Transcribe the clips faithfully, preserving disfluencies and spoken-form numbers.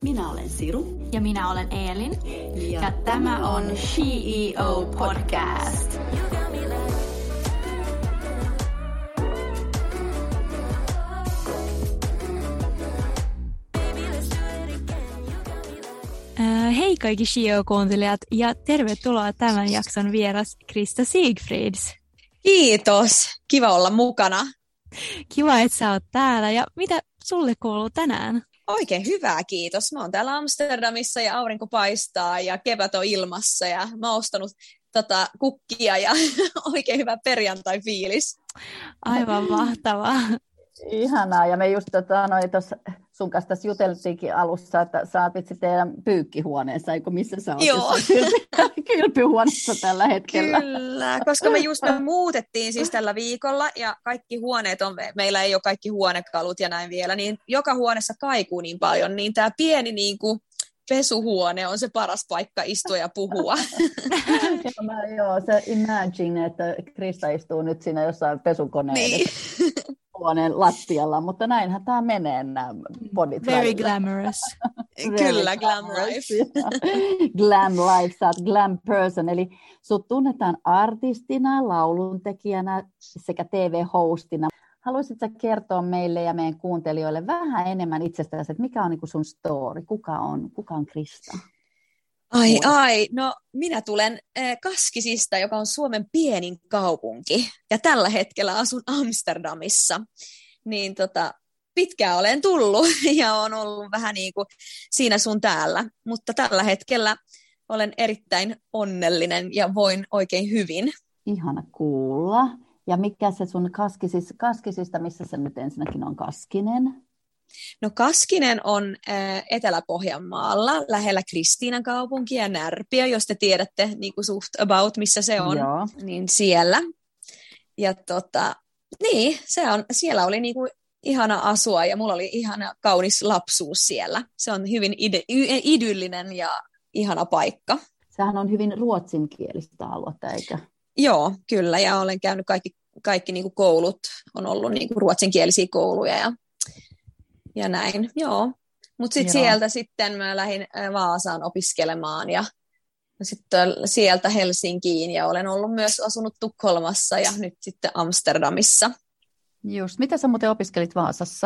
Minä olen Siru. Ja minä olen Eelin. Ja, ja tämä on She E O Podcast. Äh, hei kaikki She E O-kuuntelijat ja tervetuloa tämän jakson vieras Krista Siegfrieds. Kiitos. Kiva olla mukana. Kiva, että sä oot täällä. Ja mitä sulle kuuluu tänään? Oikein hyvää, kiitos. Mä oon täällä Amsterdamissa ja aurinko paistaa ja kevät on ilmassa ja mä oon ostanut tota, kukkia ja oikein hyvä perjantai-fiilis. Aivan mahtavaa. Ihanaa, ja me just tota, no, tuossa sun kanssa tässä juteltiinkin alussa, että sä oot vitsi teidän pyykkihuoneessa, eikö missä sä oot? Joo. Kylpyhuoneessa tällä hetkellä. Kyllä, koska me just me muutettiin siis tällä viikolla, ja kaikki huoneet on, meillä ei ole kaikki huonekalut ja näin vielä, niin joka huoneessa kaikuu niin paljon, niin tämä pieni niin kuin pesuhuone on se paras paikka istua ja puhua. Ja mä, joo, se imagine, että Krista istuu nyt siinä jossain pesukoneen niin. huoneen lattialla, mutta näinhän tämä menee nämä bodit. Very välillä. glamorous. Kyllä, glam life. Glam life, sä oot glam person, eli sut tunnetaan artistina, lauluntekijänä sekä T V-hostina. Haluaisitko kertoa meille ja meidän kuuntelijoille vähän enemmän itsestäsi, että mikä on niin kuin sun story, kuka on, kuka on Krista? Ai ai, no minä tulen äh, Kaskisista, joka on Suomen pienin kaupunki, ja tällä hetkellä asun Amsterdamissa, niin tota, pitkään olen tullut ja on ollut vähän niin kuin siinä sun täällä, mutta tällä hetkellä olen erittäin onnellinen ja voin oikein hyvin. Ihana kuulla. Ja mikä se sun Kaskisista, Kaskisista missä se nyt ensinnäkin on Kaskinen? No Kaskinen on äh, Etelä-Pohjanmaalla, lähellä Kristiinan kaupunkia ja Närpiö, jos te tiedätte niin kuin suht about, missä se on, Joo. niin siellä. Ja tota, niin, se on, siellä oli niin kuin ihana asua ja mulla oli ihana kaunis lapsuus siellä. Se on hyvin ide, idyllinen ja ihana paikka. Sehän on hyvin ruotsinkielistä aluetta, eikä? Joo, kyllä, ja olen käynyt kaikki, kaikki niin kuin koulut, on ollut niin kuin ruotsinkielisiä kouluja ja Ja näin, joo. Mutta sitten sieltä sitten mä lähdin Vaasaan opiskelemaan ja sitten sieltä Helsinkiin ja olen ollut myös asunut Tukholmassa ja nyt sitten Amsterdamissa. Just. Mitä sä muuten opiskelit Vaasassa?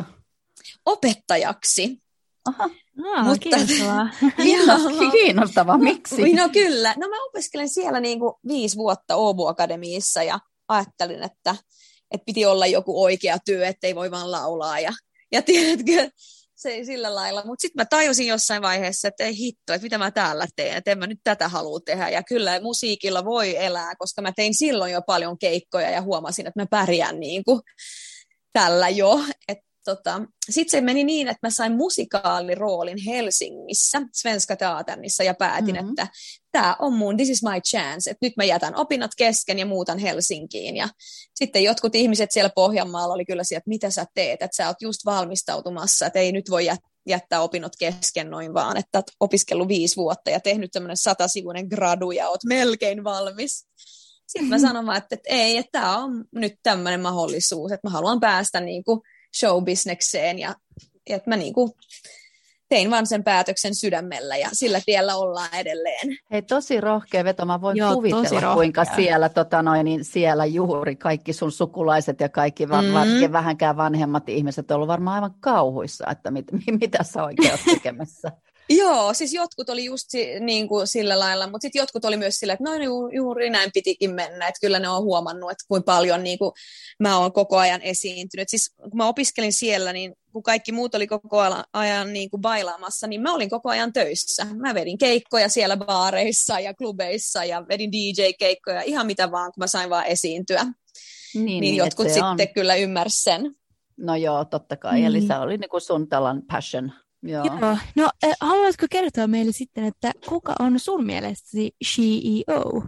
Opettajaksi. Aha. Ah, Mutta, kiinnostavaa. Kiinnostavaa. Kiinnostavaa. Miksi? No kyllä. No mä opiskelen siellä niinku viisi vuotta Åbo Akademiissa ja ajattelin, että, että piti olla joku oikea työ, ettei voi vaan laulaa ja Ja tiedätkö, se ei sillä lailla. Mutta sitten mä tajusin jossain vaiheessa, että ei hitto, että mitä mä täällä teen, että en mä nyt tätä halua tehdä. Ja kyllä musiikilla voi elää, koska mä tein silloin jo paljon keikkoja ja huomasin, että mä pärjään niin kuin tällä jo. Tota, sitten se meni niin, että mä sain musikaaliroolin Helsingissä, Svenska Teaternissa, ja päätin, mm-hmm. että tämä on mun, this is my chance, että nyt mä jätän opinnot kesken ja muutan Helsinkiin. Ja sitten jotkut ihmiset siellä Pohjanmaalla oli kyllä sieltä, että mitä sä teet, että sä oot just valmistautumassa, että ei nyt voi jättää opinnot kesken noin vaan, että oot opiskellut viisi vuotta ja tehnyt tämmöinen satasivuinen gradu ja oot melkein valmis. Sitten mä sanon vaan, että, että ei, että tämä on nyt tämmöinen mahdollisuus, että mä haluan päästä niin kuin showbisnekseen ja, ja että mä niinku tein vaan sen päätöksen sydämellä ja sillä tiellä ollaan edelleen. Hei, tosi rohkea veto. Mä voin Joo, kuvitella, kuinka siellä, tota noin, niin siellä juuri kaikki sun sukulaiset ja kaikki mm-hmm. varsinkin vähänkään vanhemmat ihmiset on ollut varmaan aivan kauhuissa, että mit, mitä sä oikein oot tekemässä. Joo, siis jotkut oli just si, niin kuin sillä lailla, mutta sitten jotkut oli myös sillä, että no ju, juuri näin pitikin mennä, että kyllä ne on huomannut, että kuinka paljon niin kuin mä oon koko ajan esiintynyt. Siis kun mä opiskelin siellä, niin kun kaikki muut oli koko ajan niin kuin bailaamassa, niin mä olin koko ajan töissä. Mä vedin keikkoja siellä baareissa ja klubeissa ja vedin D J-keikkoja, ihan mitä vaan, kun mä sain vaan esiintyä. Niin, niin, niin jotkut sitten on kyllä ymmärsi sen. No joo, totta kai, mm. eli se oli niin kuin sun tällainen passion. Joo. Joo. No, äh, haluaisitko kertoa meille sitten, että kuka on sun mielestäsi She E O?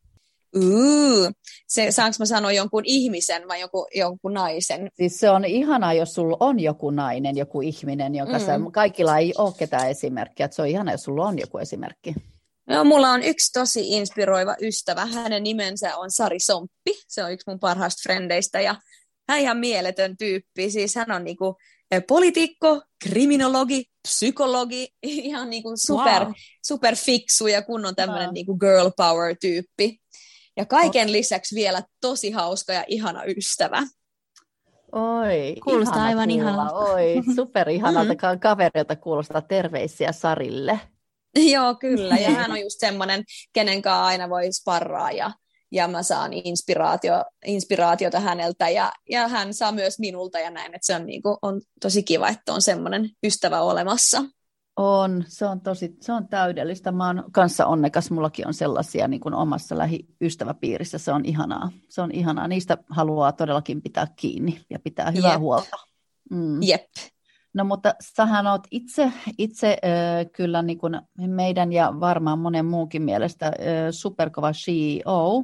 Uh, se, saanko mä sanoa jonkun ihmisen vai jonkun, jonkun naisen? Siis se on ihanaa, jos sulla on joku nainen, joku ihminen, jonka mm. sä, kaikilla ei ole ketään esimerkkiä. Että se on ihanaa, jos sulla on joku esimerkki. No, mulla on yksi tosi inspiroiva ystävä. Hänen nimensä on Sari Somppi. Se on yksi mun parhaista frendeistä ja hän ihan mieletön tyyppi. Siis hän on niinku poliitikko, kriminologi, psykologi, ihan niin kuin super, wow. super fiksu ja kunnon tämmöinen wow. niin kuin girl power-tyyppi. Ja kaiken okay. lisäksi vielä tosi hauska ja ihana ystävä. Oi, kuulostaa ihana aivan kuulla. ihanalta. Oi, superihanalta mm-hmm. kaverilta kuulostaa, terveisiä Sarille. Joo, kyllä. Ja hän on just semmoinen, kenen kanssa aina voi sparraa ja, ja mä saan inspiraatio, inspiraatiota häneltä ja, ja hän saa myös minulta ja näin. Että se on, niin kuin, on tosi kiva, että on semmoinen ystävä olemassa. On, se on tosi, se on täydellistä. Mä oon kanssa onnekas, mullakin on sellaisia niin kuin omassa lähiystäväpiirissä, se on ihanaa. Se on ihanaa, niistä haluaa todellakin pitää kiinni ja pitää hyvää Jep. huolta. Mm. Jep. No mutta sähän oot itse, itse äh, kyllä niin kuin meidän ja varmaan monen muunkin mielestä äh, superkova C E O.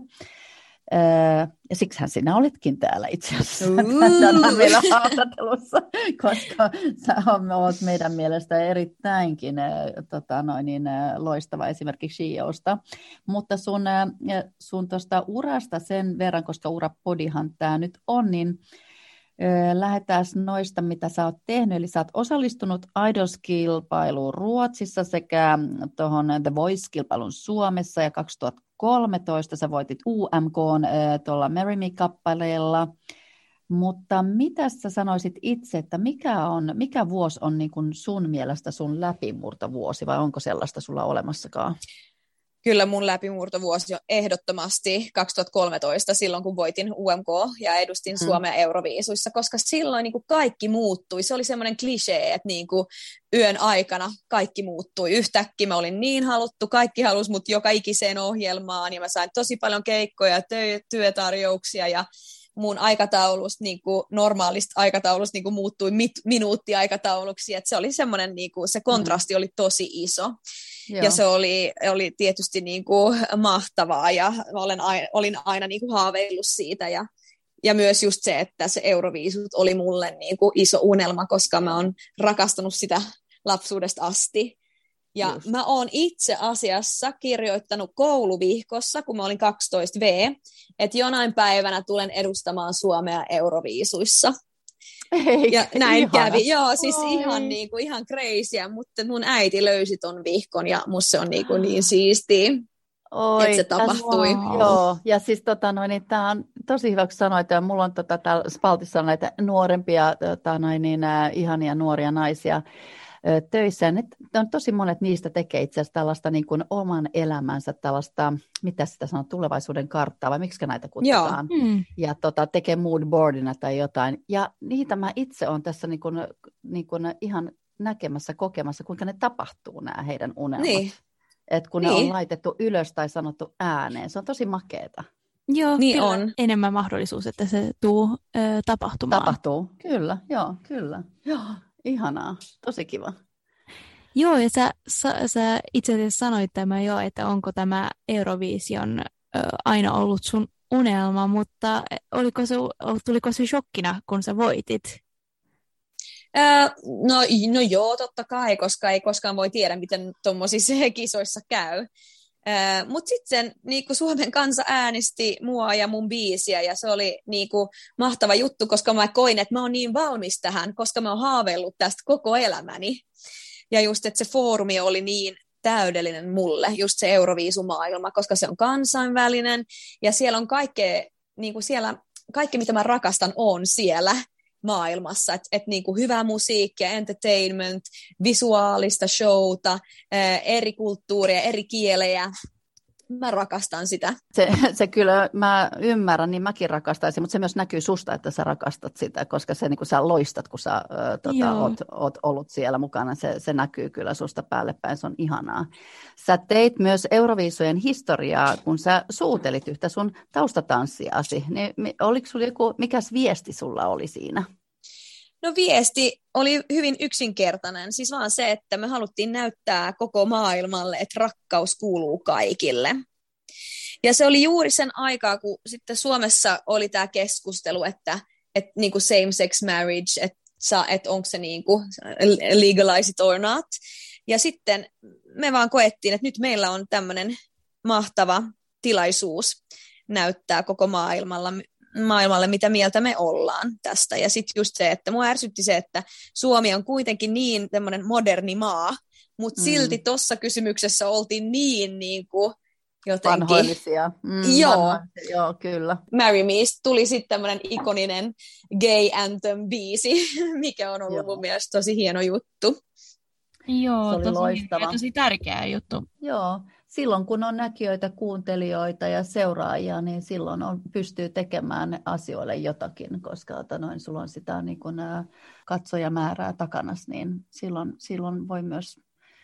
Öö, ja siksihän sinä olitkin täällä itse asiassa tänään meillä haastattelussa, koska sä oot meidän mielestä erittäinkin äh, tota noin, niin, äh, loistava esimerkiksi C E Osta. Mutta sun, äh, sun tuosta urasta sen verran, koska urapodihan tämä nyt on, niin äh, lähdetään noista, mitä sä oot tehnyt. Eli sä oot osallistunut Idols-kilpailuun Ruotsissa sekä tuohon The Voice-kilpailun Suomessa ja kaksituhattakolmetoista sä voitit U M K:n äh, tuolla Marry Me-kappaleella, mutta mitä sä sanoisit itse, että mikä, on, mikä vuosi on niin kuin sun mielestä sun läpimurtovuosi vai onko sellaista sulla olemassakaan? Kyllä mun läpimurtovuosi on ehdottomasti kaksituhattakolmetoista silloin, kun voitin U M K ja edustin hmm. Suomea Euroviisuissa, koska silloin niin kuin kaikki muuttui. Se oli semmoinen klisee, että niin kuin yön aikana kaikki muuttui. Yhtäkkiä mä olin niin haluttu, kaikki halusi mut joka ikiseen ohjelmaan ja mä sain tosi paljon keikkoja, tö- työtarjouksia ja mun aikataulusta, niin kuin normaalista aikataulusta niin kuin muuttui mit- minuuttiaikatauluksi. Että se oli semmoinen, niin kuin, se kontrasti hmm. oli tosi iso. Joo. Ja se oli, oli tietysti niin kuin mahtavaa ja olen aina, olin aina niin kuin haaveillut siitä ja, ja myös just se, että se Euroviisut oli mulle niin kuin iso unelma, koska mä oon rakastanut sitä lapsuudesta asti. Ja just. Mä oon itse asiassa kirjoittanut kouluvihkossa, kun mä olin kaksitoista vuotias, että jonain päivänä tulen edustamaan Suomea Euroviisuissa. Eikä, ja näin ihana. kävi. Joo, siis ihan, niin kuin, ihan crazyä, mutta mun äiti löysi ton vihkon ja musta se on niin, kuin niin siistiä, Oi, että se tapahtui. Wow. Joo, ja siis tota, no, niin, tämä on tosi hyvä, kun sanoit, että mulla on tota, täällä Spaltissa on näitä nuorempia, tota, noin, niin, äh, ihania nuoria naisia ö, töissä. Nyt on tosi monet niistä tekee itse asiassa tällaista niin kuin oman elämänsä, tällaista, mitä sitä sanoo, tulevaisuuden karttaa, vai miksi näitä kutsutaan, mm. ja tota, tekee moodboardina tai jotain. Ja niitä mä itse olen tässä niin kuin, niin kuin ihan näkemässä, kokemassa, kuinka ne tapahtuu, nämä heidän unelmat. Niin. Että kun niin. ne on laitettu ylös tai sanottu ääneen, se on tosi makeeta. Joo, niin kyllä on. Enemmän mahdollisuus, että se tuu ö, tapahtumaan. Tapahtuu, kyllä, joo, kyllä. Joo, ihanaa, tosi kiva. Joo, ja sä, sä, sä itse asiassa sanoit tämä jo, että onko tämä Eurovision ö, aina ollut sun unelma, mutta oliko se, tuliko se shokkina, kun sä voitit? No, no joo, totta kai, koska ei koskaan voi tiedä, miten tuommoisissa kisoissa käy. Mutta sitten niinku Suomen kansa äänesti mua ja mun biisiä, ja se oli niinku mahtava juttu, koska mä koin, että mä oon niin valmis tähän, koska mä oon haaveillut tästä koko elämäni. Ja just, että se foorumi oli niin täydellinen mulle, just se Euroviisumaailma, koska se on kansainvälinen, ja siellä on kaikkea, niinku siellä, kaikki mitä mä rakastan, on siellä maailmassa, että et niinku hyvää musiikkia, entertainment, visuaalista showta, ää, eri kulttuuria, eri kielejä. Mä rakastan sitä. Se, se kyllä, mä ymmärrän, niin mäkin rakastaisin, mutta se myös näkyy susta, että sä rakastat sitä, koska se, niin kuin sä loistat, kun sä ö, tota, oot, oot ollut siellä mukana. Se, se näkyy kyllä susta päälle päin, se on ihanaa. Sä teit myös Euroviisujen historiaa, kun sä suutelit yhtä sun taustatanssiasi. Niin, oliko sulla joku, mikäs viesti sulla oli siinä? No viesti oli hyvin yksinkertainen, siis vaan se, että me haluttiin näyttää koko maailmalle, että rakkaus kuuluu kaikille. Ja se oli juuri sen aikaa, kun sitten Suomessa oli tämä keskustelu, että, että niin kuin same-sex marriage, että, että onko se niin kuin legalize it or not. Ja sitten me vaan koettiin, että nyt meillä on tämmöinen mahtava tilaisuus näyttää koko maailmalla, maailmalle, mitä mieltä me ollaan tästä. Ja sitten just se, että mua ärsytti se, että Suomi on kuitenkin niin tämmöinen moderni maa, mutta mm. silti tuossa kysymyksessä oltiin niin, niin kuin jotenkin... Vanhoillisia. Mm, joo. Vanhoillisia. Joo, kyllä. Marry Me tuli sitten tämmöinen ikoninen gay anthem-biisi, mikä on ollut joo. mun mielestä tosi hieno juttu. Joo, se oli tosi, loistava. tosi tärkeä juttu. Joo, silloin kun on näkijöitä, kuuntelijoita ja seuraajia, niin silloin on, pystyy tekemään asioille jotakin, koska ota noin, sulla on sitä niin kun, ä, katsojamäärää takana, niin silloin, silloin voi myös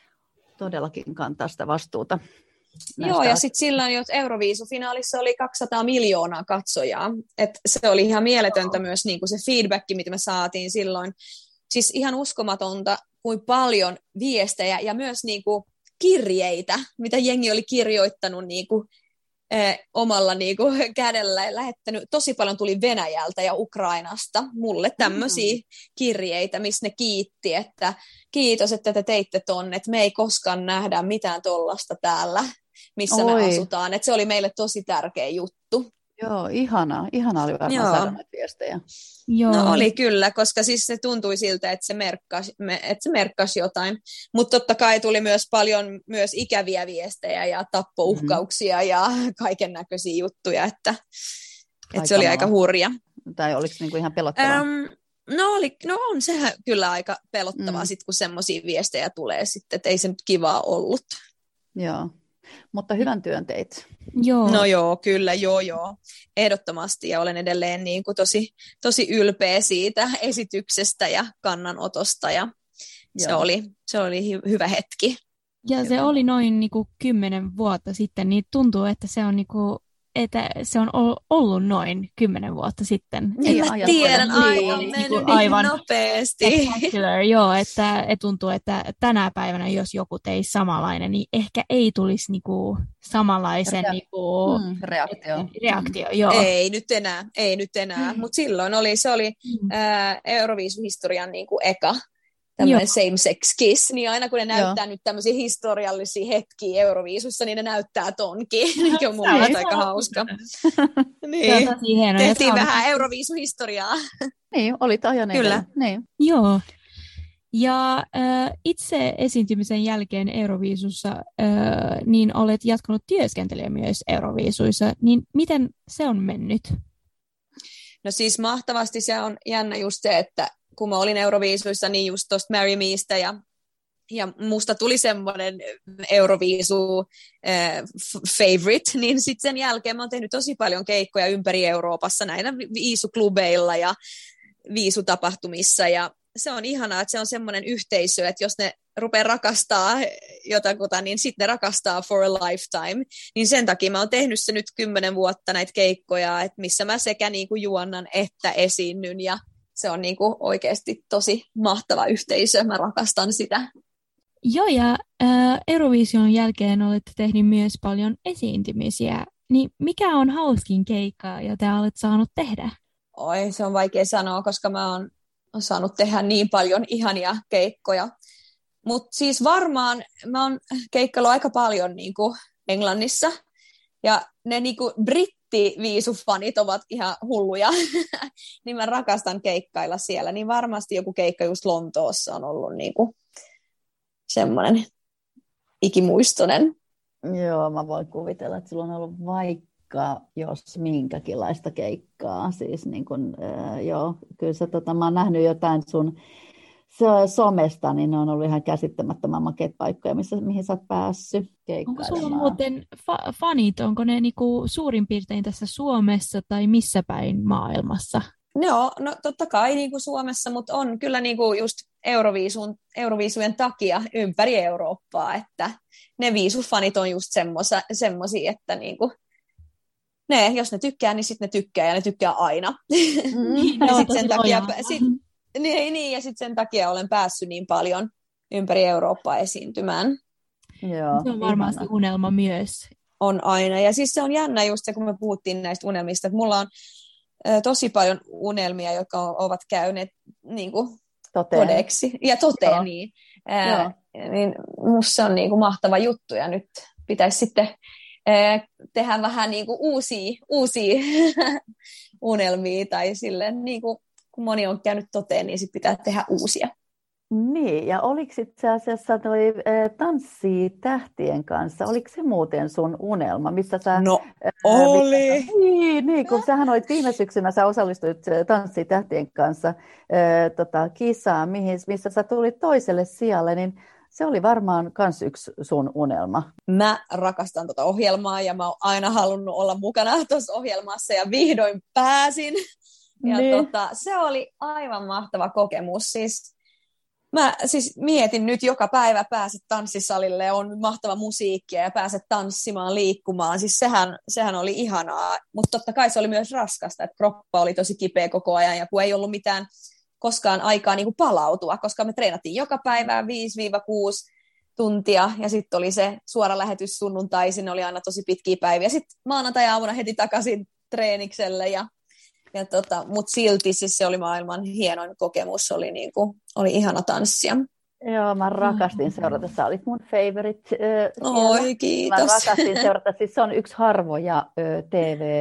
todellakin kantaa sitä vastuuta. Joo, ja sitten silloin, jos Euroviisufinaalissa oli kaksisataa miljoonaa katsojaa, että se oli ihan mieletöntä Joo. myös niin kuin se feedback, mitä me saatiin silloin. Siis ihan uskomatonta, kuin paljon viestejä ja myös niin kuin kirjeitä, mitä jengi oli kirjoittanut niin kuin, eh, omalla niin kuin, kädellä ja lähettänyt. Tosi paljon tuli Venäjältä ja Ukrainasta mulle tämmöisiä mm. kirjeitä, missä ne kiitti, että kiitos, että te teitte tonne, että me ei koskaan nähdä mitään tollasta täällä, missä Oi. me asutaan. Että se oli meille tosi tärkeä juttu. Joo, ihanaa. Ihanaa oli varmaan saada näitä viestejä. Joo. No oli kyllä, koska siis se tuntui siltä, että se merkkasi, että se merkkasi jotain. Mutta totta kai tuli myös paljon myös ikäviä viestejä ja tappouhkauksia mm-hmm. ja kaiken näköisiä juttuja, että, että se oli aika hurja. Tai oliko se niinku ihan pelottavaa? Um, no, oli, no on sehän kyllä aika pelottavaa, mm. sit, kun semmoisia viestejä tulee sitten, että ei se nyt kivaa ollut. Joo. Mutta hyvän työn teit. Joo. No joo, kyllä, joo, joo. Ehdottomasti, ja olen edelleen niin kuin tosi, tosi ylpeä siitä esityksestä ja kannanotosta, ja se oli, se oli hy- hyvä hetki. Ja hyvä. Se oli noin niin kuin kymmenen vuotta sitten, niin tuntuu, että se on, niin kuin, että se on ollut noin kymmenen vuotta sitten. Niin, mä tiedän, aika on mennyt niin aivan nopeasti. Joo, että, että tuntuu, että tänä päivänä, jos joku teisi samanlainen, niin ehkä ei tulisi niinku samanlaisen Rea- niinku, mm, reaktio. Et, reaktio joo. Ei nyt enää, ei nyt enää. Mm. Mutta silloin oli, se oli mm. ää, Euroviisuhistorian niinku eka tämmöinen same-sex kiss, niin aina kun ne näyttää Joo. nyt tämmöisiä historiallisia hetkiä Euroviisussa, niin ne näyttää tonkin, mikä on mun mielestä aika hauska. niin. Tehtiin vähän Euroviisuhistoriaa. Niin, olit ajan Kyllä. Niin. Joo. Ja äh, itse esiintymisen jälkeen Euroviisussa, äh, niin olet jatkanut työskentelyä myös Euroviisuissa, niin miten se on mennyt? No siis mahtavasti se on jännä just se, että kun mä olin Euroviisuissa, niin just tosta Marry Mestä ja, ja musta tuli semmoinen Euroviisu äh, favorite, niin sitten sen jälkeen mä oon tehnyt tosi paljon keikkoja ympäri Euroopassa näillä viisuklubeilla ja viisutapahtumissa, ja se on ihanaa, että se on semmoinen yhteisö, että jos ne rupeaa rakastaa jotakuta, niin sitten ne rakastaa for a lifetime. Niin sen takia mä oon tehnyt se nyt kymmenen vuotta näitä keikkoja, että missä mä sekä niin kuin juonnan että esiinnyn, ja se on niin kuin oikeasti tosi mahtava yhteisö. Mä rakastan sitä. Joo, ja äh, Eurovision jälkeen olette tehnyt myös paljon esiintymisiä. Niin mikä on hauskin keikka, jota olet saanut tehdä? Oi, se on vaikea sanoa, koska mä oon saanut tehdä niin paljon ihania keikkoja. Mutta siis varmaan mä oon keikkaillut aika paljon niin kuin Englannissa. Ja ne niin kuin brittiviisufanit ovat ihan hulluja. Niin mä rakastan keikkailla siellä. Niin varmasti joku keikka just Lontoossa on ollut niin kuin semmoinen ikimuistoinen. Joo, mä voin kuvitella, että sulla on ollut vaikka jos minkäkinlaista keikkaa. Siis niin kun, äh, joo, kyllä se, tota, mä oon nähnyt jotain sun somesta, niin ne on ollut ihan käsittämättömän makeat paikkoja, missä, mihin sä oot päässyt keikkailemaan. Onko sulla muuten fa- fanit, onko ne niinku suurin piirtein tässä Suomessa tai missä päin maailmassa? Joo, no totta kai niin kuin Suomessa, mutta on kyllä niin kuin just Euroviisun, Euroviisujen takia ympäri Eurooppaa, että ne viisufanit on just semmoisia, että niin kuin ne, jos ne tykkää, niin sitten ne tykkää ja ne tykkää aina. Mm, ja sitten sen takia, sit, niin, niin, ja sitten sen takia olen päässyt niin paljon ympäri Eurooppaa esiintymään. Joo, se on varmasti ihana unelma myös. On aina, ja siis se on jännä just se, kun me puhuttiin näistä unelmista, että mulla on ä, tosi paljon unelmia, jotka ovat käyneet niin kuin toteen. todeksi. Ja toteen, Joo. niin. Ä, niin musta se on niin kuin mahtava juttu, ja nyt pitäisi sitten tehdä vähän niin kuin uusia, uusia unelmia tai silleen, niin kuin, kun moni on käynyt toteen, niin sit pitää tehdä uusia. Niin, ja oliko itse asiassa toi Tanssii tähtien kanssa, oliko se muuten sun unelma, missä sä... No, oli! Missä, niin, niin, kun sähän olit viime syksynä, sä osallistuit Tanssii tähtien kanssa äh, tota, kisaan, mihin, missä sä tulit toiselle sijalle, niin se oli varmaan kans yksi sun unelma. Mä rakastan tota ohjelmaa ja mä oon aina halunnut olla mukana tuossa ohjelmassa ja vihdoin pääsin. Ja niin. tota, se oli aivan mahtava kokemus. Siis, mä siis mietin nyt joka päivä pääset tanssisalille, on mahtava musiikkia ja pääset tanssimaan, liikkumaan. Siis sehän, sehän oli ihanaa, mutta totta kai se oli myös raskasta, että kroppa oli tosi kipeä koko ajan ja kun ei ollut mitään koskaan aikaa niin kuin palautua, koska me treenattiin joka päivä viisi kuusi tuntia ja sitten oli se suora lähetys sunnuntai, sinne oli aina tosi pitkiä päiviä. Sitten maanantai-aamuna heti takaisin treenikselle, ja, ja tota, mutta silti siis se oli maailman hienoin kokemus, oli, niin kuin, oli ihana tanssia. Joo, mä rakastin seurata. Sä olit mun favorite. Äh, Oi, kiitos. Mä rakastin seurata. Siis se on yksi harvoja äh, T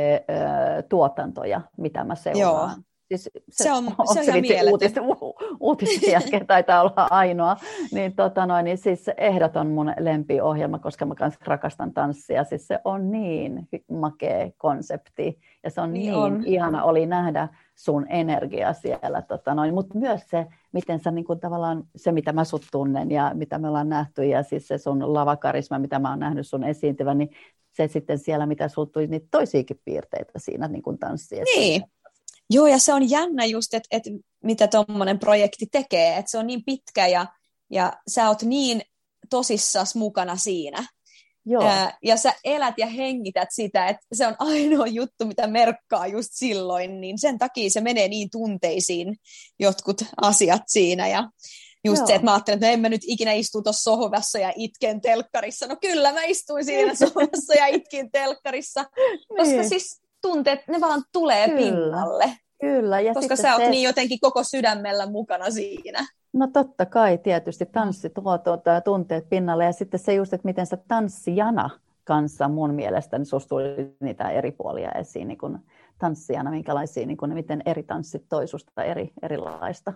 V-tuotantoja, mitä mä seuraan. Joo. Siis se, se on, se on ihan mieletön. Uutisten, uutisten jälkeen taitaa olla ainoa. Niin, tota noin, niin siis ehdoton mun lempiohjelma, koska mä kanssa rakastan tanssia. Siis se on niin makea konsepti ja se on niin, niin on. Ihana oli nähdä sun energia siellä. Tota noin. Mutta myös se, miten sä niin kun tavallaan, se mitä mä sut tunnen ja mitä me ollaan nähty ja siis se sun lavakarisma, mitä mä oon nähnyt sun esiintyvän, niin se sitten siellä, mitä sulta tuli, niin toisiakin piirteitä siinä niin kun tanssiessa. Niin. Joo, ja se on jännä just, että et, mitä tuommoinen projekti tekee, että se on niin pitkä ja, ja sä oot niin tosissas mukana siinä. Joo. Ää, ja sä elät ja hengität sitä, että se on ainoa juttu, mitä merkkaa just silloin, niin sen takia se menee niin tunteisiin jotkut asiat siinä. Ja just Joo. se, että mä ajattelen, että en mä nyt ikinä istu tuossa sohvassa ja itken telkkarissa. No kyllä mä istuin siinä sohvassa ja itkin telkkarissa, koska niin. siis tunteet, ne vaan tulee Kyllä. pinnalle. Kyllä. Ja koska sä oot se... niin jotenkin koko sydämellä mukana siinä. No totta kai, tietysti tanssi tuo tuota, tunteet pinnalle. Ja sitten se just, että miten sä tanssijana kanssa mun mielestä, niin susta tuli niitä eri puolia esiin, niin kun tanssijana, minkälaisia, niin kun, miten eri tanssit toi susta eri, erilaista.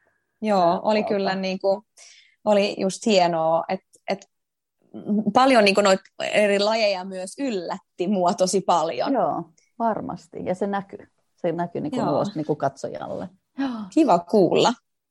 Joo, oli tuota. Kyllä niin kuin, oli just hienoa, että, että paljon niin kuin noita eri lajeja myös yllätti mua tosi paljon. Joo. Varmasti, ja se näkyy. Se näkyy niin kuin ulos niin kuin katsojalle. Kiva kuulla.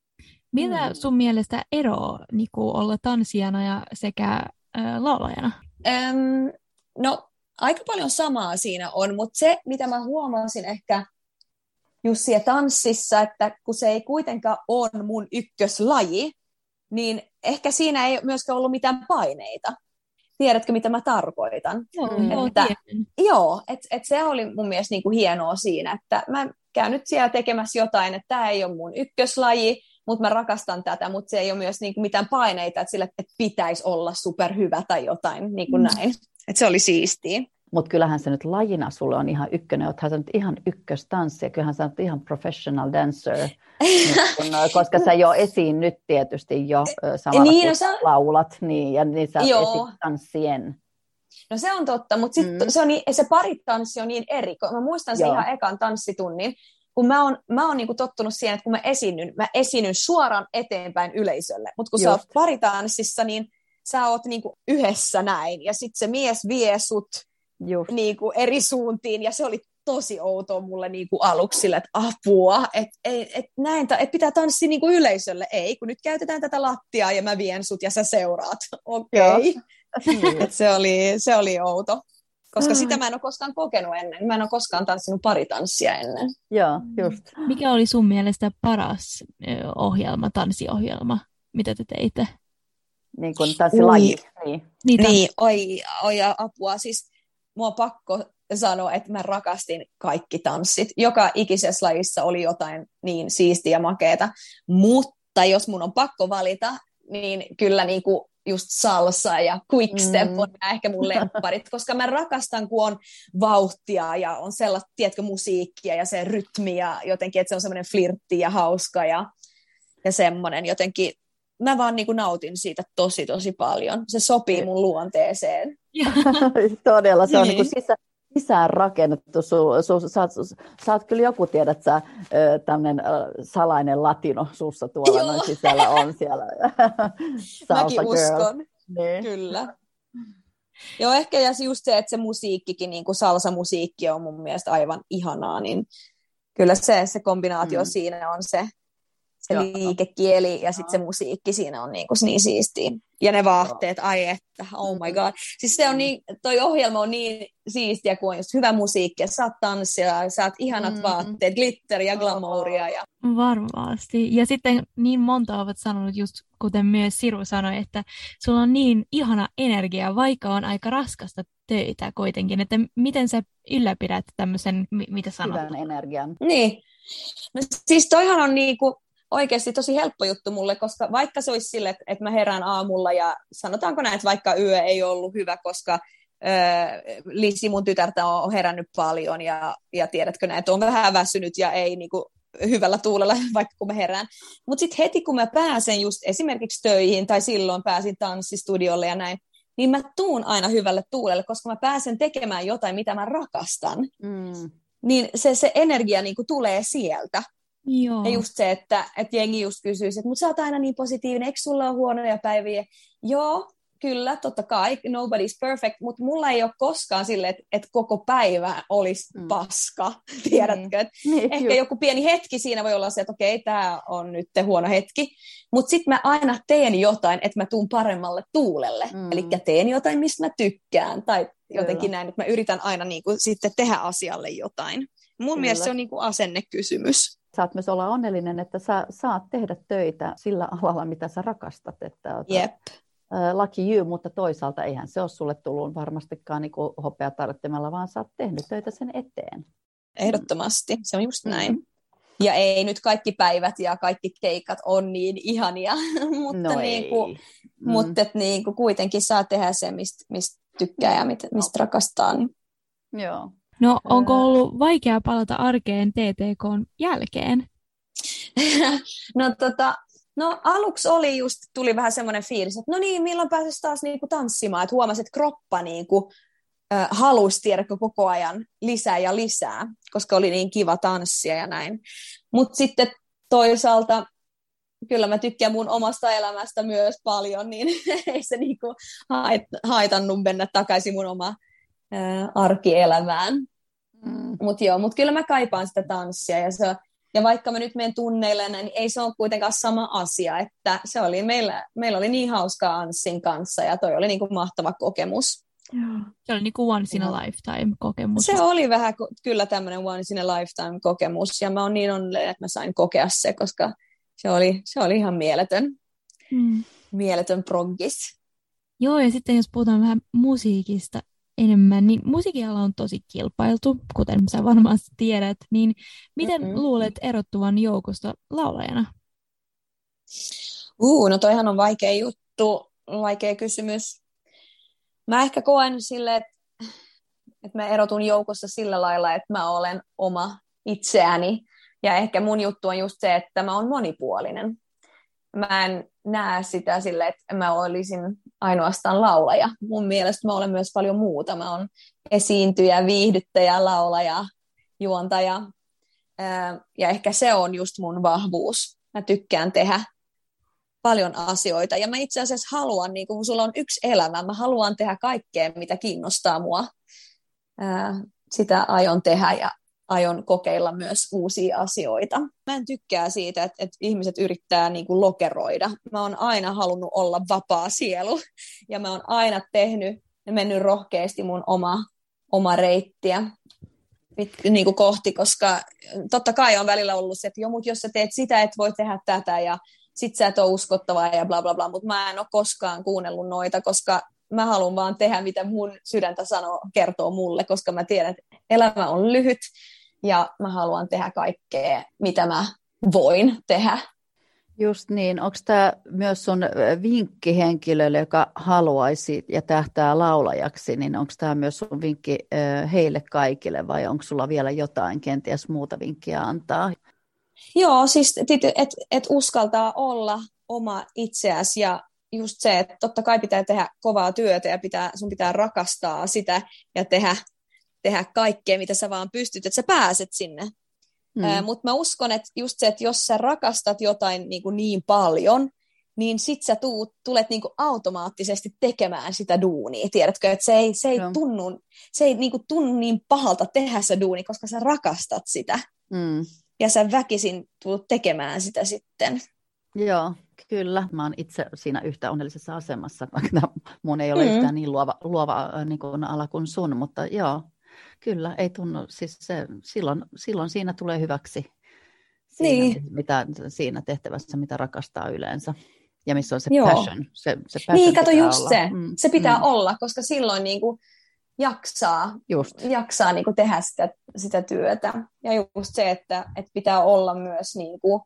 Mitä mm. sun mielestä ero niin kuin olla tanssijana ja sekä äh, laulajana? Öm, no, aika paljon samaa siinä on, mutta se, mitä mä huomasin ehkä just siellä tanssissa, että kun se ei kuitenkaan ole mun ykköslaji, niin ehkä siinä ei myöskään ollut mitään paineita. Tiedätkö, mitä mä tarkoitan? Joo, että, joo että et se oli mun mielestä niinku hienoa siinä, että mä käyn nyt siellä tekemässä jotain, että tämä ei ole mun ykköslaji, mutta mä rakastan tätä, mutta se ei ole myös niinku mitään paineita, että sille että pitäisi olla superhyvä tai jotain, niin kuin mm. näin. Että se oli siistiä. Mutta kyllähän se nyt lajina sulle on ihan ykkönen, oothan sä nyt ihan ykköstanssia, kyllähän sä oot ihan professional dancer, kun, koska sä jo esiin nyt tietysti jo samalla niin, kun no, laulat, niin, ja niin sä esit tanssien. No se on totta, mutta sit mm. se, on niin, se paritanssi on niin eri. Mä muistan sen ihan ekan tanssitunnin, kun mä oon, mä oon niinku tottunut siihen, että kun mä esiinnyn, mä esiinnyn suoraan eteenpäin yleisölle, mutta kun Just. sä oot paritanssissa, niin sä oot niinku yhdessä näin, ja sitten se mies vie sut niinku eri suuntiin, ja se oli tosi outoa mulle niinku aluksi sille, että apua, että et, et näin, et pitää tanssia niinku yleisölle. Ei, kun nyt käytetään tätä lattiaa, ja mä vien sut, ja sä seuraat. Okei. Okay. se, oli, se oli outo. Koska mm. sitä mä en ole koskaan kokenut ennen. Mä en ole koskaan tanssinut paritanssia ennen. Joo, just. Mikä oli sun mielestä paras ohjelma, tanssiohjelma, mitä te teitte? Niin kuin tanssilaji. Niin, niin, niin oi, oi apua. Siis mua on pakko sanoa, että mä rakastin kaikki tanssit. Joka ikisessä lajissa oli jotain niin siistiä ja makeeta. Mutta jos mun on pakko valita, niin kyllä niin kuin just salsa ja quickstep mm. on ehkä mun lempparit, koska mä rakastan, kun on vauhtia ja on sellaista, tiedätkö, musiikkia ja se rytmi ja jotenkin, että se on semmoinen flirtti ja hauska ja, ja semmoinen jotenkin, mä vaan niin kuin nautin siitä tosi tosi paljon. Se sopii mun luonteeseen. Todella, se on niin. niin kuin sisä, sisään rakennettu. Su, su, sä, oot, sä oot kyllä joku, tiedät sä, tämmöinen salainen latino sussa tuolla Joo. noin sisällä on siellä. Mäkin girl. uskon, niin. kyllä. Joo, ehkä ja just se, että se musiikkikin, niin kuin salsa-musiikki on mun mielestä aivan ihanaa, niin kyllä se, se kombinaatio mm. siinä on se, se liikekieli ja sitten se musiikki siinä on niin, kuin niin siistiä. Ja ne vaatteet, ai että, oh my god. Siis se on niin, toi ohjelma on niin siistiä, kun on just hyvä musiikki, ja saat tanssia, saat ihanat mm. vaatteet, glitteriä, glamouria. Ja... Varmasti. Ja sitten niin monta ovat sanonut, just kuten myös Siru sanoi, että sulla on niin ihana energia, vaikka on aika raskasta töitä kuitenkin. Että miten sä ylläpidät tämmöisen, mitä sanot? Hyvän energian. Niin. No siis toihan on niinku oikeasti tosi helppo juttu mulle, koska vaikka se olisi sille, että, että mä herään aamulla ja sanotaanko näin, että vaikka yö ei ollut hyvä, koska äh, Lisi, mun tytärtä, on herännyt paljon ja, ja tiedätkö näin, että on vähän väsynyt ja ei niinku hyvällä tuulella, vaikka kun mä herään. Mutta sitten heti kun mä pääsen just esimerkiksi töihin tai silloin pääsin tanssistudiolle ja näin, niin mä tuun aina hyvälle tuulelle, koska mä pääsen tekemään jotain, mitä mä rakastan. Mm. Niin se, se energia niinku tulee sieltä. Joo. Ja just se, että, että jengi just kysyisi, että mutta sä oot aina niin positiivinen, eikö sulla ole huonoja päiviä? Joo, kyllä, totta kai, nobody's perfect, mutta mulla ei ole koskaan sille, että, että koko päivä olisi mm. paska, tiedätkö? Mm. Niin, ehkä just. Joku pieni hetki siinä voi olla se, että okei, tämä on nyt huono hetki, mutta sitten mä aina teen jotain, että mä tuun paremmalle tuulelle, mm. eli teen jotain, mistä mä tykkään, tai jotenkin kyllä. Näin, että mä yritän aina niin kuin, sitten tehdä asialle jotain. Mun kyllä. Mielestä se on niin kuin asennekysymys. Saat myös olla onnellinen, että sä saat tehdä töitä sillä alalla, mitä sä rakastat. Että Jep. Lucky you, mutta toisaalta eihän se ole sulle tullut varmastikaan niin kuin hopea tarvitsemalla, vaan sä oot tehnyt töitä sen eteen. Ehdottomasti, se on just näin. Mm-hmm. Ja ei nyt kaikki päivät ja kaikki keikat on niin ihania, mutta, no niin kuin, mm. mutta et niin kuin kuitenkin saa tehdä se, mistä mist tykkää ja mistä no. rakastaa. Niin. Joo. No, onko ollut vaikea palata arkeen T T K:n jälkeen? no, tota, no aluksi oli just, tuli vähän semmoinen fiilis, että no niin, milloin pääsisi taas niinku tanssimaan, että huomasi, että kroppa niinku, äh, halusi tiedäkö koko ajan lisää ja lisää, koska oli niin kiva tanssia ja näin. Mutta sitten toisaalta, kyllä mä tykkään mun omasta elämästä myös paljon, niin ei se niinku hait- haitannut mennä takaisin mun oma arkielämään. Mm. Mutta joo, mut kyllä mä kaipaan sitä tanssia ja, se, ja vaikka mä nyt menen tunneille, niin ei se ole kuitenkaan sama asia, että se oli, meillä, meillä oli niin hauskaa Anssin kanssa ja toi oli niinku mahtava kokemus. Joo. Se oli niinku once in a lifetime kokemus. Se oli vähän kyllä tämmöinen once in a lifetime kokemus ja mä oon niin onnellinen, että mä sain kokea se, koska se oli, se oli ihan mieletön, mm. mieletön proggis. Joo, ja sitten jos puhutaan vähän musiikista enemmän, niin musiikiala on tosi kilpailtu, kuten sä varmasti tiedät, niin miten mm-hmm. luulet erottuvan joukosta laulajana? Uh, no toihan on vaikea juttu, vaikea kysymys. Mä ehkä koen silleen, että, että mä erotun joukossa sillä lailla, että mä olen oma itseäni, ja ehkä mun juttu on just se, että mä oon monipuolinen. Mä en näe sitä silleen, että mä olisin ainoastaan laulaja. Mun mielestä mä olen myös paljon muuta. Mä oon esiintyjä, viihdyttäjä, laulaja, juontaja. Ja ehkä se on just mun vahvuus. Mä tykkään tehdä paljon asioita. Ja mä itse asiassa haluan, niin kun sulla on yksi elämä, mä haluan tehdä kaikkea, mitä kiinnostaa mua. Sitä aion tehdä ja aion kokeilla myös uusia asioita. Mä en tykkää siitä, että, että ihmiset yrittää niin kuin lokeroida. Mä oon aina halunnut olla vapaa sielu ja mä oon aina tehnyt ja mennyt rohkeasti mun oma, oma reittiä niin kuin kohti, koska totta kai on välillä ollut se, että jo, mut jos sä teet sitä, et voi tehdä tätä ja sit sä et ole uskottava ja bla bla bla, mutta mä en ole koskaan kuunnellut noita, koska mä haluan vaan tehdä, mitä mun sydäntä sanoo, kertoo mulle, koska mä tiedän, että elämä on lyhyt ja mä haluan tehdä kaikkea, mitä mä voin tehdä. Just niin. Onko tämä myös sun vinkki henkilölle, joka haluaisi ja tähtää laulajaksi, niin onko tämä myös sun vinkki heille kaikille vai onko sulla vielä jotain kenties muuta vinkkiä antaa? Joo, siis että et, et uskaltaa olla oma itseäsi ja just se, että totta kai pitää tehdä kovaa työtä ja pitää, sun pitää rakastaa sitä ja tehdä, tehdä kaikkea, mitä sä vaan pystyt, että sä pääset sinne. Mm. Mutta mä uskon, että just se, että jos sä rakastat jotain niin, kuin niin paljon, niin sit sä tuut, tulet niin kuin automaattisesti tekemään sitä duunia, tiedätkö? Että se ei, se ei, tunnu, se ei niin kuin tunnu niin pahalta tehdä se duuni, koska sä rakastat sitä. Mm. Ja sä väkisin tulet tekemään sitä sitten. Joo, kyllä. Mä oon itse siinä yhtä onnellisessa asemassa, vaikka mun ei ole mm. yhtään niin luova, luova niin kuin ala kuin sun, mutta joo, kyllä, ei tunnu. Siis se, silloin, silloin siinä tulee hyväksi siinä, niin. mitä, siinä tehtävässä, mitä rakastaa yleensä. Ja missä on se joo. passion. Se, se passion niin, kato just olla. se. Mm. Se pitää mm. olla, koska silloin niin kuin jaksaa, just. jaksaa niin kuin tehdä sitä, sitä työtä. Ja just se, että, että pitää olla myös niin kuin,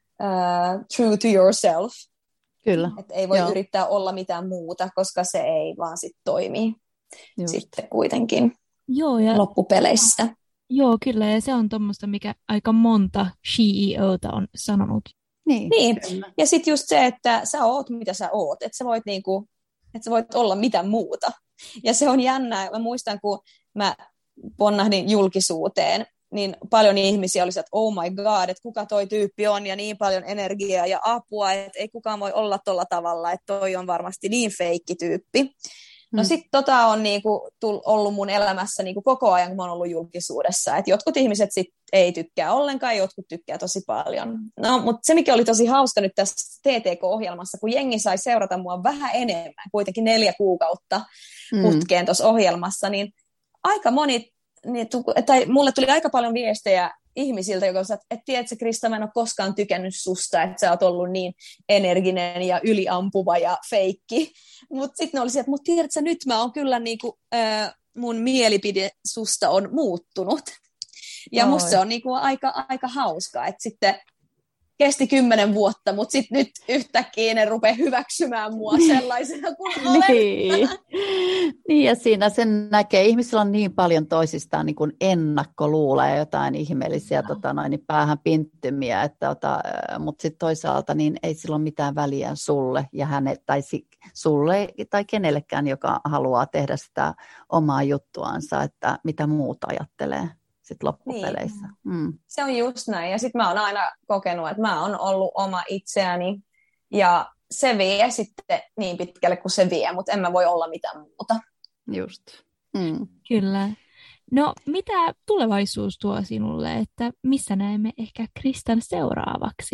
uh, true to yourself. Kyllä. Että ei voi joo. yrittää olla mitään muuta, koska se ei vaan sit toimi just. Sitten kuitenkin joo, ja loppupeleissä. Joo, kyllä, ja se on tuommoista, mikä aika monta C E O:ta on sanonut. Niin, niin. Ja sitten just se, että sä oot mitä sä oot, että sä voit, niinku, että sä voit olla mitä muuta. Ja se on jännää, mä muistan, kun mä ponnahdin julkisuuteen, niin paljon ihmisiä oli, että oh my god, että kuka toi tyyppi on, ja niin paljon energiaa ja apua, että ei kukaan voi olla tolla tavalla, että toi on varmasti niin feikki tyyppi. No sitten tota on niinku tull, ollut mun elämässä niinku koko ajan, kun mä oon ollut julkisuudessa. Et jotkut ihmiset sit ei tykkää ollenkaan, jotkut tykkää tosi paljon. No, mutta se, mikä oli tosi hauska nyt tässä T T K-ohjelmassa, kun jengi sai seurata mua vähän enemmän, kuitenkin neljä kuukautta putkeen tuossa ohjelmassa, niin aika moni, niin, tai mulle tuli aika paljon viestejä ihmisiltä, jotka sanoivat, että tiedätkö Krista, mä en ole koskaan tykännyt susta, että sä oot ollut niin energinen ja yliampuva ja feikki. Mutta sitten ne oli sieltä, mutta tiedätkö, nyt mä oon kyllä niinku, äh, mun mielipide susta on muuttunut. Ja musta se on niinku aika, aika hauskaa, että sitten kesti kymmenen vuotta, mutta sitten nyt yhtäkkiä ne rupeaa hyväksymään mua sellaisena kuin olen. Niin. niin, ja siinä sen näkee. Ihmisillä on niin paljon toisistaan niin kuin ennakkoluuleja, jotain ihmeellisiä no. tota, noin, niin päähän pinttymiä, että, tota, mutta sitten toisaalta niin ei sillä ole mitään väliä sulle, ja hänet, tai sulle tai kenellekään, joka haluaa tehdä sitä omaa juttuansa, että mitä muut ajattelee. Sitten loppupeleissä. Niin. Mm. Se on just näin. Ja sitten mä oon aina kokenut, että mä oon ollut oma itseäni. Ja se vie sitten niin pitkälle kuin se vie, mutta en mä voi olla mitään muuta. Just. Mm. Kyllä. No, mitä tulevaisuus tuo sinulle, että missä näemme ehkä Kristan seuraavaksi?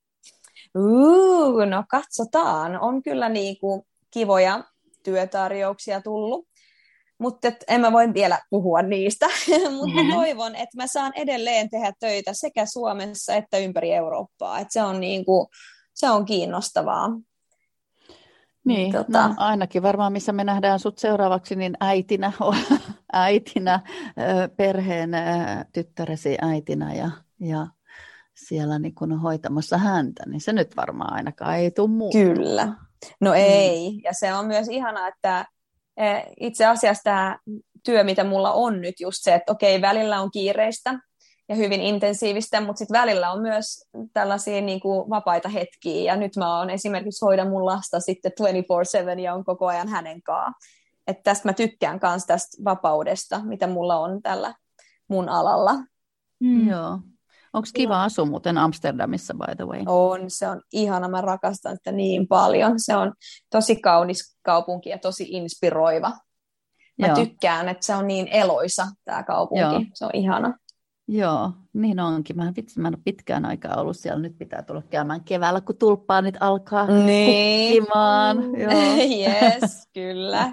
Uh, no katsotaan. On kyllä niinku kivoja työtarjouksia tullut. Mutta en mä voi vielä puhua niistä, mutta mm-hmm. toivon, että mä saan edelleen tehdä töitä sekä Suomessa että ympäri Eurooppaa. Et se, on niinku, se on kiinnostavaa. Niin, tota... no, ainakin varmaan missä me nähdään sut seuraavaksi, niin äitinä, äitinä perheen tyttäresi äitinä ja, ja siellä niin kun hoitamassa häntä, niin se nyt varmaan ainakaan ei tule muuta. Kyllä, no ei. Mm. Ja se on myös ihanaa, että itse asiassa tämä työ, mitä mulla on nyt just se, että okei, välillä on kiireistä ja hyvin intensiivistä, mutta sitten välillä on myös tällaisia niin kuin vapaita hetkiä. Ja nyt mä oon esimerkiksi hoidan mun lasta sitten kaksikymmentäneljä seitsemän ja on koko ajan hänen kanssaan. Että tästä mä tykkään myös tästä vapaudesta, mitä mulla on tällä mun alalla. Mm. Joo. Onko kiva asua muuten Amsterdamissa, by the way? On, se on ihana. Mä rakastan sitä niin paljon. Se on tosi kaunis kaupunki ja tosi inspiroiva. Mä Joo. tykkään, että se on niin eloisa tämä kaupunki. Joo. Se on ihana. Joo, niin onkin. Mä, vitsi, mä en ole pitkään aikaa ollut siellä. Nyt pitää tulla käymään keväällä, kun tulppaanit alkaa niin. kukkimaan. Yes, kyllä.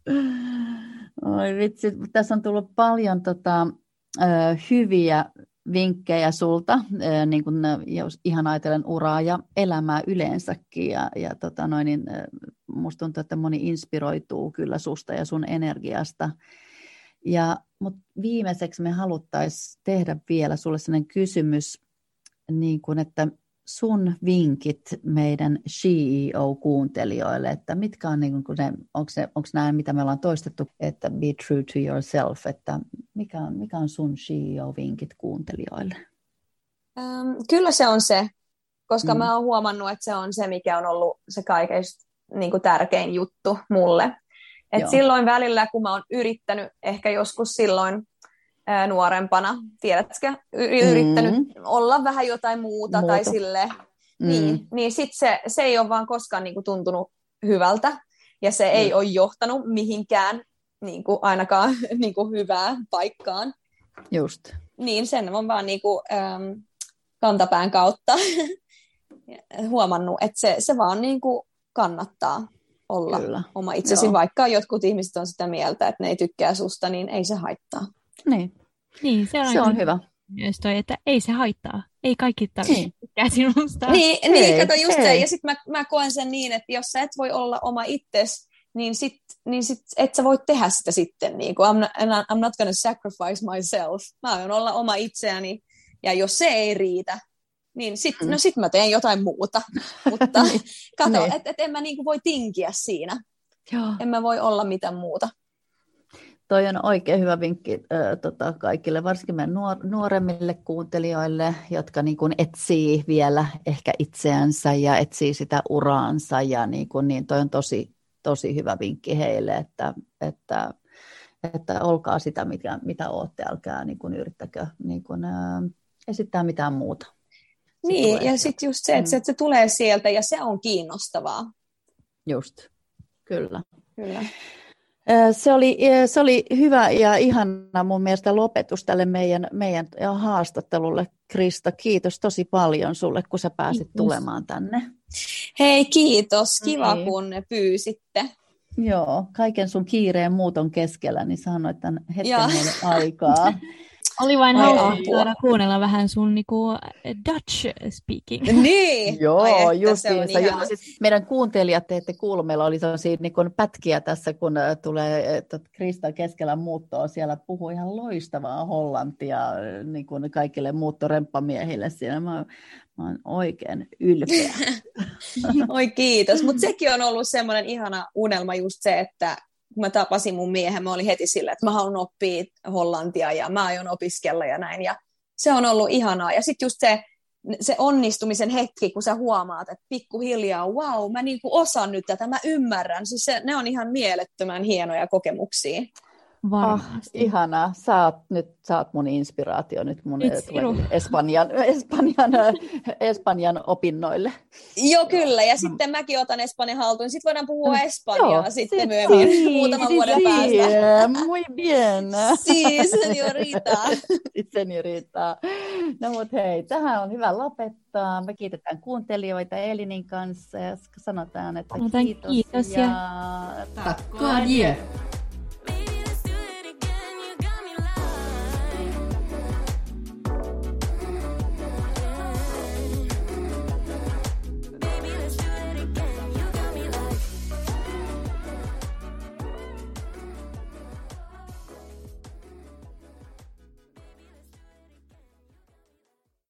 Oi vitsi, tässä on tullut paljon tota, ö, hyviä vinkkejä sulta, niin kun, jos ihan ajatellen uraa ja elämää yleensäkin. Ja, ja tota noin, niin, musta tuntuu, että moni inspiroituu kyllä susta ja sun energiasta. Ja, mutta viimeiseksi me haluttaisiin tehdä vielä sulle sellainen kysymys, niin kun, että sun vinkit meidän C E O-kuuntelijoille, että mitkä on, niin kun ne, onko, ne, onko nämä, mitä me ollaan toistettu, että be true to yourself, että mikä on, mikä on sun C E O-vinkit kuuntelijoille? Ähm, kyllä se on se koska Mm. mä oon huomannut, että se on se, mikä on ollut se kaikista niin kuin tärkein juttu mulle. Et silloin välillä, kun mä oon yrittänyt, ehkä joskus silloin ää, nuorempana, tiedätkö, y- yrittänyt Mm. olla vähän jotain muuta, Muuta. tai silleen, Mm. niin, niin sit se, se ei ole vaan koskaan niin kuin tuntunut hyvältä, ja se ei Mm. ole johtanut mihinkään niin kuin ainakaan niin kuin hyvään paikkaan. Just. Niin sen on vaan niin kuin, äm, kantapään kautta huomannut, että se, se vaan niin kuin kannattaa olla Kyllä. oma itsesi, Joo. vaikka jotkut ihmiset on sitä mieltä, että ne ei tykkää susta, niin ei se haittaa. Niin, Niin, se on, se on hyvä. myös toi, että ei se haittaa. Ei kaikki tarvitse Niin. tykkää sinusta. Niin, Ei, niin kato just se. ei. Ja sitten mä, mä koen sen niin, että jos sä et voi olla oma itsesi, niin sit, niin sit et sä voi tehdä sitä sitten. Niin kuin, I'm, not, I'm not gonna sacrifice myself. Mä aion olla oma itseäni, ja jos se ei riitä, niin sit, Mm. no sit mä teen jotain muuta. Mutta Niin. kato, Niin. että et en mä niinku voi tinkiä siinä. Joo. En mä voi olla mitään muuta. Toi on oikein hyvä vinkki äh, tota, kaikille, varsinkin meidän nuor- nuoremmille kuuntelijoille, jotka niin kuin etsii vielä ehkä itseänsä ja etsii sitä uraansa. Ja niin, kuin, niin toi on tosi, tosi hyvä vinkki heille, että, että, että olkaa sitä, mitä, mitä olette, älkää niin kuin yrittäkö niin kuin, äh, esittää mitään muuta. Se Niin, tulee ja sieltä. sitten just se, että, se, että se tulee sieltä ja se on kiinnostavaa. Just, kyllä. Kyllä. Se oli, se oli hyvä ja ihana mun mielestä lopetus tälle meidän, meidän haastattelulle, Krista. Kiitos tosi paljon sulle, kun sä pääsit Kiitos. tulemaan tänne. Hei, kiitos. Kiva, Niin. kun pyysitte. Joo, kaiken sun kiireen muuton keskellä, niin sä annoit tämän hetken Joo. meille aikaa. Oli vain Ai hauska apua. saada kuunnella vähän sun niinku, Dutch speaking. Niin. Joo, Ai että, justiinsa. se on Joo, ihana. siis meidän kuuntelijat te ette kuulu, meillä oli sellaisia niin kuin pätkiä tässä, kun äh, tulee että Krista keskellä muuttoa, siellä puhuu ihan loistavaa hollantia äh, niin kuin kaikille muuttoremppamiehille siinä. Mä, mä oon oikein ylpeä. Oi kiitos. Mutta sekin on ollut semmoinen ihana unelma just se, että kun mä tapasin mun miehen, mä olin heti sillä, että mä haluan oppia hollantia ja mä aion opiskella ja näin. Ja se on ollut ihanaa. Ja sitten just se, se onnistumisen hetki, kun sä huomaat, että pikkuhiljaa, wow, mä niinku osaan nyt tätä, mä ymmärrän. Siis se, ne on ihan mielettömän hienoja kokemuksia. Ah, Varmasti. ihanaa. Sä oot, nyt, sä oot mun inspiraatio nyt mun Nyt eh, sinun. tuleville Espanjan, Espanjan, eh, Espanjan opinnoille. Joo, kyllä. Ja sitten mäkin otan Espanjan haltuun. Sitten voidaan puhua Espanjaa Joo, sitten sit- myöhemmin, sí, muutaman sí, vuoden sí, päästä. Muy bien. Sí, señorita. Itseni riittää. No mut hei, tähän on hyvä lopettaa. Me kiitetään kuuntelijoita Elinin kanssa ja sanotaan, että Sanotaan kiitos, kiitos ja... ja- Tack och adjö.